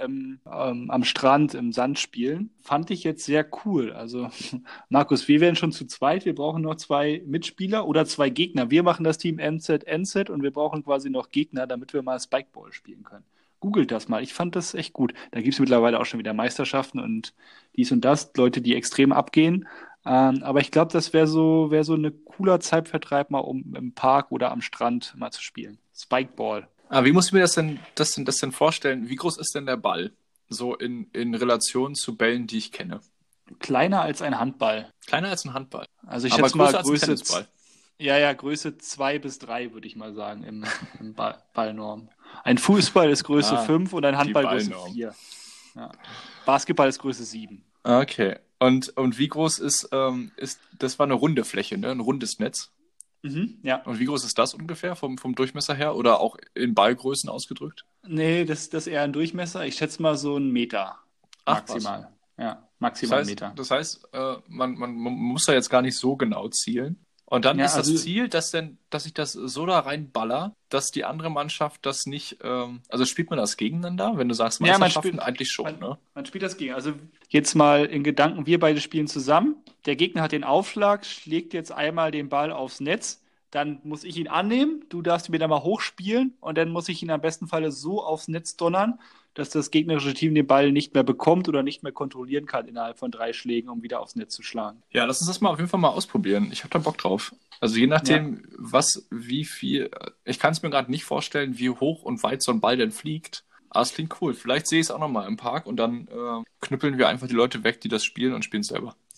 am Strand, im Sand spielen. Fand ich jetzt sehr cool. Also, Markus, wir wären schon zu zweit. Wir brauchen noch 2 Mitspieler oder 2 Gegner. Wir machen das Team NZ und wir brauchen quasi noch Gegner, damit wir mal Spikeball spielen können. Googelt das mal. Ich fand das echt gut. Da gibt es mittlerweile auch schon wieder Meisterschaften und dies und das. Leute, die extrem abgehen. Aber ich glaube, das wäre so ein cooler Zeitvertreib, mal um im Park oder am Strand mal zu spielen. Spikeball. Aber wie muss ich mir das denn vorstellen? Wie groß ist denn der Ball? So in Relation zu Bällen, die ich kenne. Kleiner als ein Handball. Kleiner als ein Handball. Also ich Aber schätze mal größer als ein Größe. Tennisball. Ja, Größe 2 bis 3, würde ich mal sagen, im Ballnorm. Ein Fußball ist Größe 5 und ein Handball Größe 4. Ja. Basketball ist Größe 7. Okay. Und wie groß ist das war eine runde Fläche, ne? Ein rundes Netz. Mhm, ja. Und wie groß ist das ungefähr vom Durchmesser her oder auch in Ballgrößen ausgedrückt? Nee, das ist eher ein Durchmesser. Ich schätze mal so 1 Meter. Maximal. Ja, maximal 1 Meter. Das heißt, man muss da jetzt gar nicht so genau zielen. Und dann ist das Ziel, dass ich das so da reinballer, dass die andere Mannschaft das nicht. Also spielt man das gegeneinander, wenn du sagst, Meisterschaften eigentlich schon, ne? Man spielt das gegen. Also jetzt mal in Gedanken, wir beide spielen zusammen. Der Gegner hat den Aufschlag, schlägt jetzt einmal den Ball aufs Netz. Dann muss ich ihn annehmen, du darfst ihn mir dann mal hochspielen und dann muss ich ihn am besten Falle so aufs Netz donnern, dass das gegnerische Team den Ball nicht mehr bekommt oder nicht mehr kontrollieren kann innerhalb von 3 Schlägen, um wieder aufs Netz zu schlagen. Ja, lass uns das mal auf jeden Fall mal ausprobieren. Ich habe da Bock drauf. Also je nachdem, wie viel. Ich kann es mir gerade nicht vorstellen, wie hoch und weit so ein Ball denn fliegt. Aber es klingt cool. Vielleicht sehe ich es auch nochmal im Park und dann knüppeln wir einfach die Leute weg, die das spielen und spielen es selber.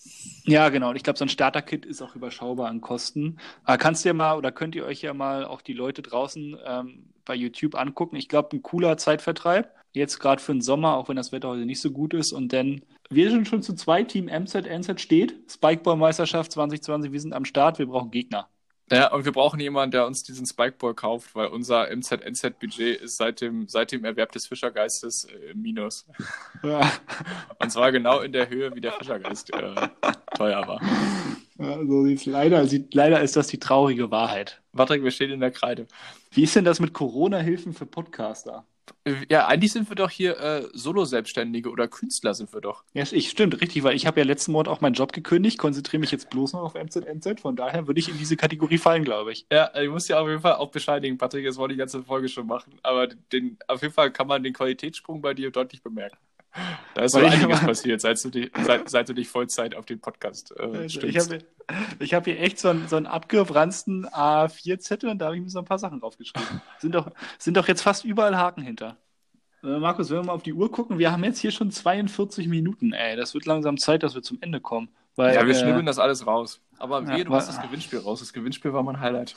Ja, genau. Und ich glaube, so ein Starter-Kit ist auch überschaubar an Kosten. Aber kannst du ja mal oder könnt ihr euch ja mal auch die Leute draußen bei YouTube angucken. Ich glaube, ein cooler Zeitvertreib. Jetzt gerade für den Sommer, auch wenn das Wetter heute nicht so gut ist. Und dann, wir sind schon zu zweit. Team MZ, NZ steht. Spikeball-Meisterschaft 2020, wir sind am Start. Wir brauchen Gegner. Ja, und wir brauchen jemanden, der uns diesen Spikeball kauft, weil unser MZ-NZ-Budget ist seit dem Erwerb des Fischergeistes im Minus. Ja. Und zwar genau in der Höhe, wie der Fischergeist teuer war. Ja, so sieht's leider ist das die traurige Wahrheit. Patrick, wir stehen in der Kreide. Wie ist denn das mit Corona-Hilfen für Podcaster? Ja, eigentlich sind wir doch hier Solo-Selbstständige oder Künstler sind wir doch. Ja, stimmt, richtig, weil ich habe ja letzten Monat auch meinen Job gekündigt, konzentriere mich jetzt bloß noch auf MZNZ, von daher würde ich in diese Kategorie fallen, glaube ich. Ja, ich muss ja auf jeden Fall auch bescheinigen, Patrick, das wollte ich die ganze Folge schon machen, aber auf jeden Fall kann man den Qualitätssprung bei dir deutlich bemerken. Da ist so einiges passiert, seit du dich Vollzeit auf den Podcast stützt. Ich hab hier echt so einen abgeranzten A4-Zettel und da habe ich mir so ein paar Sachen draufgeschrieben. Sind doch jetzt fast überall Haken hinter. Markus, wenn wir mal auf die Uhr gucken, wir haben jetzt hier schon 42 Minuten, ey. Das wird langsam Zeit, dass wir zum Ende kommen. Weil, ja, wir schnibbeln das alles raus. Aber du hast das Gewinnspiel raus. Das Gewinnspiel war mein Highlight.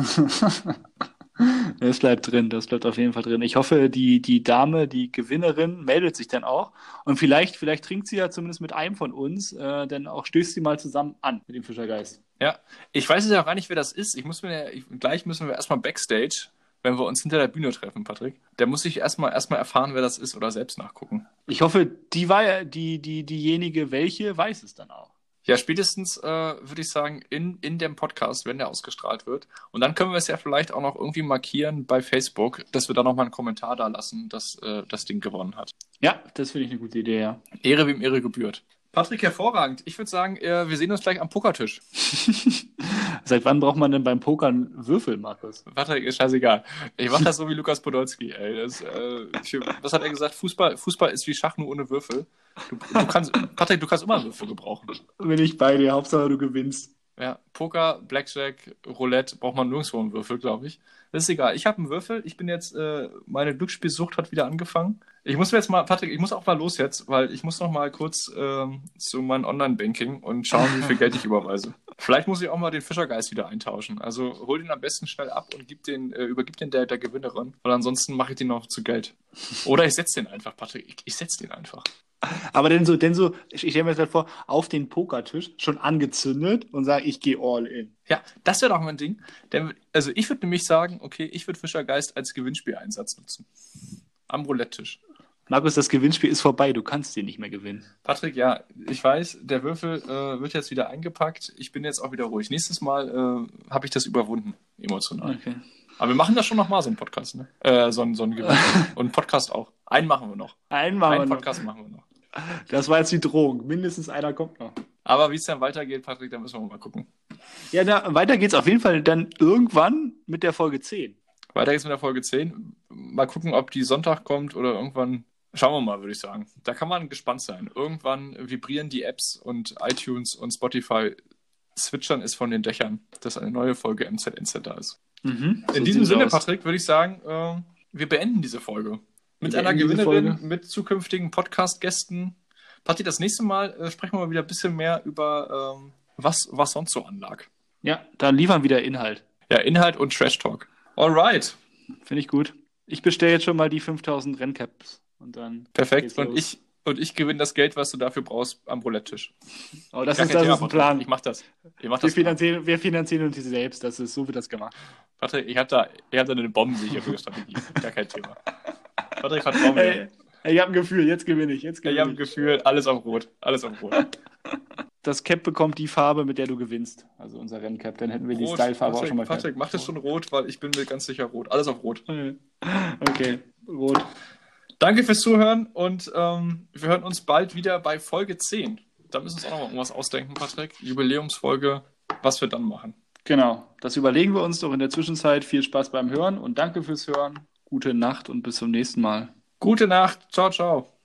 Das bleibt drin, das bleibt auf jeden Fall drin. Ich hoffe, die Dame, die Gewinnerin, meldet sich dann auch. Und vielleicht trinkt sie ja zumindest mit einem von uns, denn auch stößt sie mal zusammen an mit dem Fischergeist. Ja, ich weiß ja auch gar nicht, wer das ist. Gleich müssen wir erstmal Backstage, wenn wir uns hinter der Bühne treffen, Patrick. Da muss ich erstmal erfahren, wer das ist oder selbst nachgucken. Ich hoffe, diejenige, welche, weiß es dann auch. Ja, spätestens würde ich sagen, in dem Podcast, wenn der ausgestrahlt wird. Und dann können wir es ja vielleicht auch noch irgendwie markieren bei Facebook, dass wir da nochmal einen Kommentar da lassen, dass das Ding gewonnen hat. Ja, das finde ich eine gute Idee, ja. Ehre wem Ehre gebührt. Patrick, hervorragend. Ich würde sagen, wir sehen uns gleich am Pokertisch. Seit wann braucht man denn beim Pokern Würfel, Markus? Patrick, ist scheißegal. Ich mache das so wie Lukas Podolski, ey. Was hat er gesagt? Fußball ist wie Schach, nur ohne Würfel. Patrick, du kannst immer Würfel gebrauchen. Bin ich bei dir, Hauptsache du gewinnst. Ja, Poker, Blackjack, Roulette braucht man nirgendwo einen Würfel, glaube ich. Das ist egal. Ich habe einen Würfel. Ich bin jetzt, meine Glücksspielsucht hat wieder angefangen. Ich muss jetzt mal, Patrick, ich muss auch mal los jetzt, weil ich muss noch mal kurz zu meinem Online-Banking und schauen, wie viel Geld ich überweise. Vielleicht muss ich auch mal den Fischergeist wieder eintauschen. Also hol den am besten schnell ab und übergib den der Gewinnerin, weil ansonsten mache ich den noch zu Geld. Oder ich setze den einfach, Patrick. Ich setze den einfach. Aber denn so, ich stelle mir das vor, auf den Pokertisch, schon angezündet und sage, ich gehe all in. Ja, das wäre doch mein Ding. Also ich würde nämlich sagen, okay, ich würde Fischergeist als Gewinnspieleinsatz nutzen. Am Roulette-Tisch. Markus, das Gewinnspiel ist vorbei, du kannst den nicht mehr gewinnen. Patrick, ja, ich weiß, der Würfel wird jetzt wieder eingepackt. Ich bin jetzt auch wieder ruhig. Nächstes Mal habe ich das überwunden, emotional. Okay. Aber wir machen das schon nochmal, so einen Podcast, ne? So ein Gewinnspiel. Und einen Podcast auch. Einen machen wir noch. Einen Podcast machen wir noch. Das war jetzt die Drohung. Mindestens einer kommt noch. Aber wie es dann weitergeht, Patrick, da müssen wir mal gucken. Ja, weiter geht's auf jeden Fall dann irgendwann mit der Folge 10. Weiter geht's mit der Folge 10. Mal gucken, ob die Sonntag kommt oder irgendwann. Schauen wir mal, würde ich sagen. Da kann man gespannt sein. Irgendwann vibrieren die Apps und iTunes und Spotify zwitschern es von den Dächern, dass eine neue Folge MZNZ da ist. In diesem Sinne, Patrick, würde ich sagen, wir beenden diese Folge. Mit einer Gewinnerin, mit zukünftigen Podcast-Gästen. Patrick, das nächste Mal sprechen wir mal wieder ein bisschen mehr über was sonst so anlag. Ja, dann liefern wieder Inhalt. Ja, Inhalt und Trash-Talk. Alright. Finde ich gut. Ich bestelle jetzt schon mal die 5000 Renncaps. Und dann perfekt. Und ich gewinne das Geld, was du dafür braust, am Roulette-Tisch. Oh, das ist ein Plan. Ich mach das. Wir finanzieren uns selbst. So wird das gemacht. Patrick, ich hab da eine bombensichere Strategie. Gar kein Thema. Patrick, vertrau mir. Ich habe ein Gefühl, jetzt gewinne ich. Ich habe ein Gefühl, alles auf Rot. Das Cap bekommt die Farbe, mit der du gewinnst. Also unser Renncap. Dann hätten wir die Style-Farbe auch schon mal. Patrick, mach das schon rot, weil ich bin mir ganz sicher rot. Alles auf Rot. Okay, rot. Danke fürs Zuhören und wir hören uns bald wieder bei Folge 10. Da müssen wir uns auch noch mal irgendwas ausdenken, Patrick. Jubiläumsfolge, was wir dann machen. Genau, das überlegen wir uns doch in der Zwischenzeit. Viel Spaß beim Hören und danke fürs Hören. Gute Nacht und bis zum nächsten Mal. Gute Nacht. Ciao, ciao.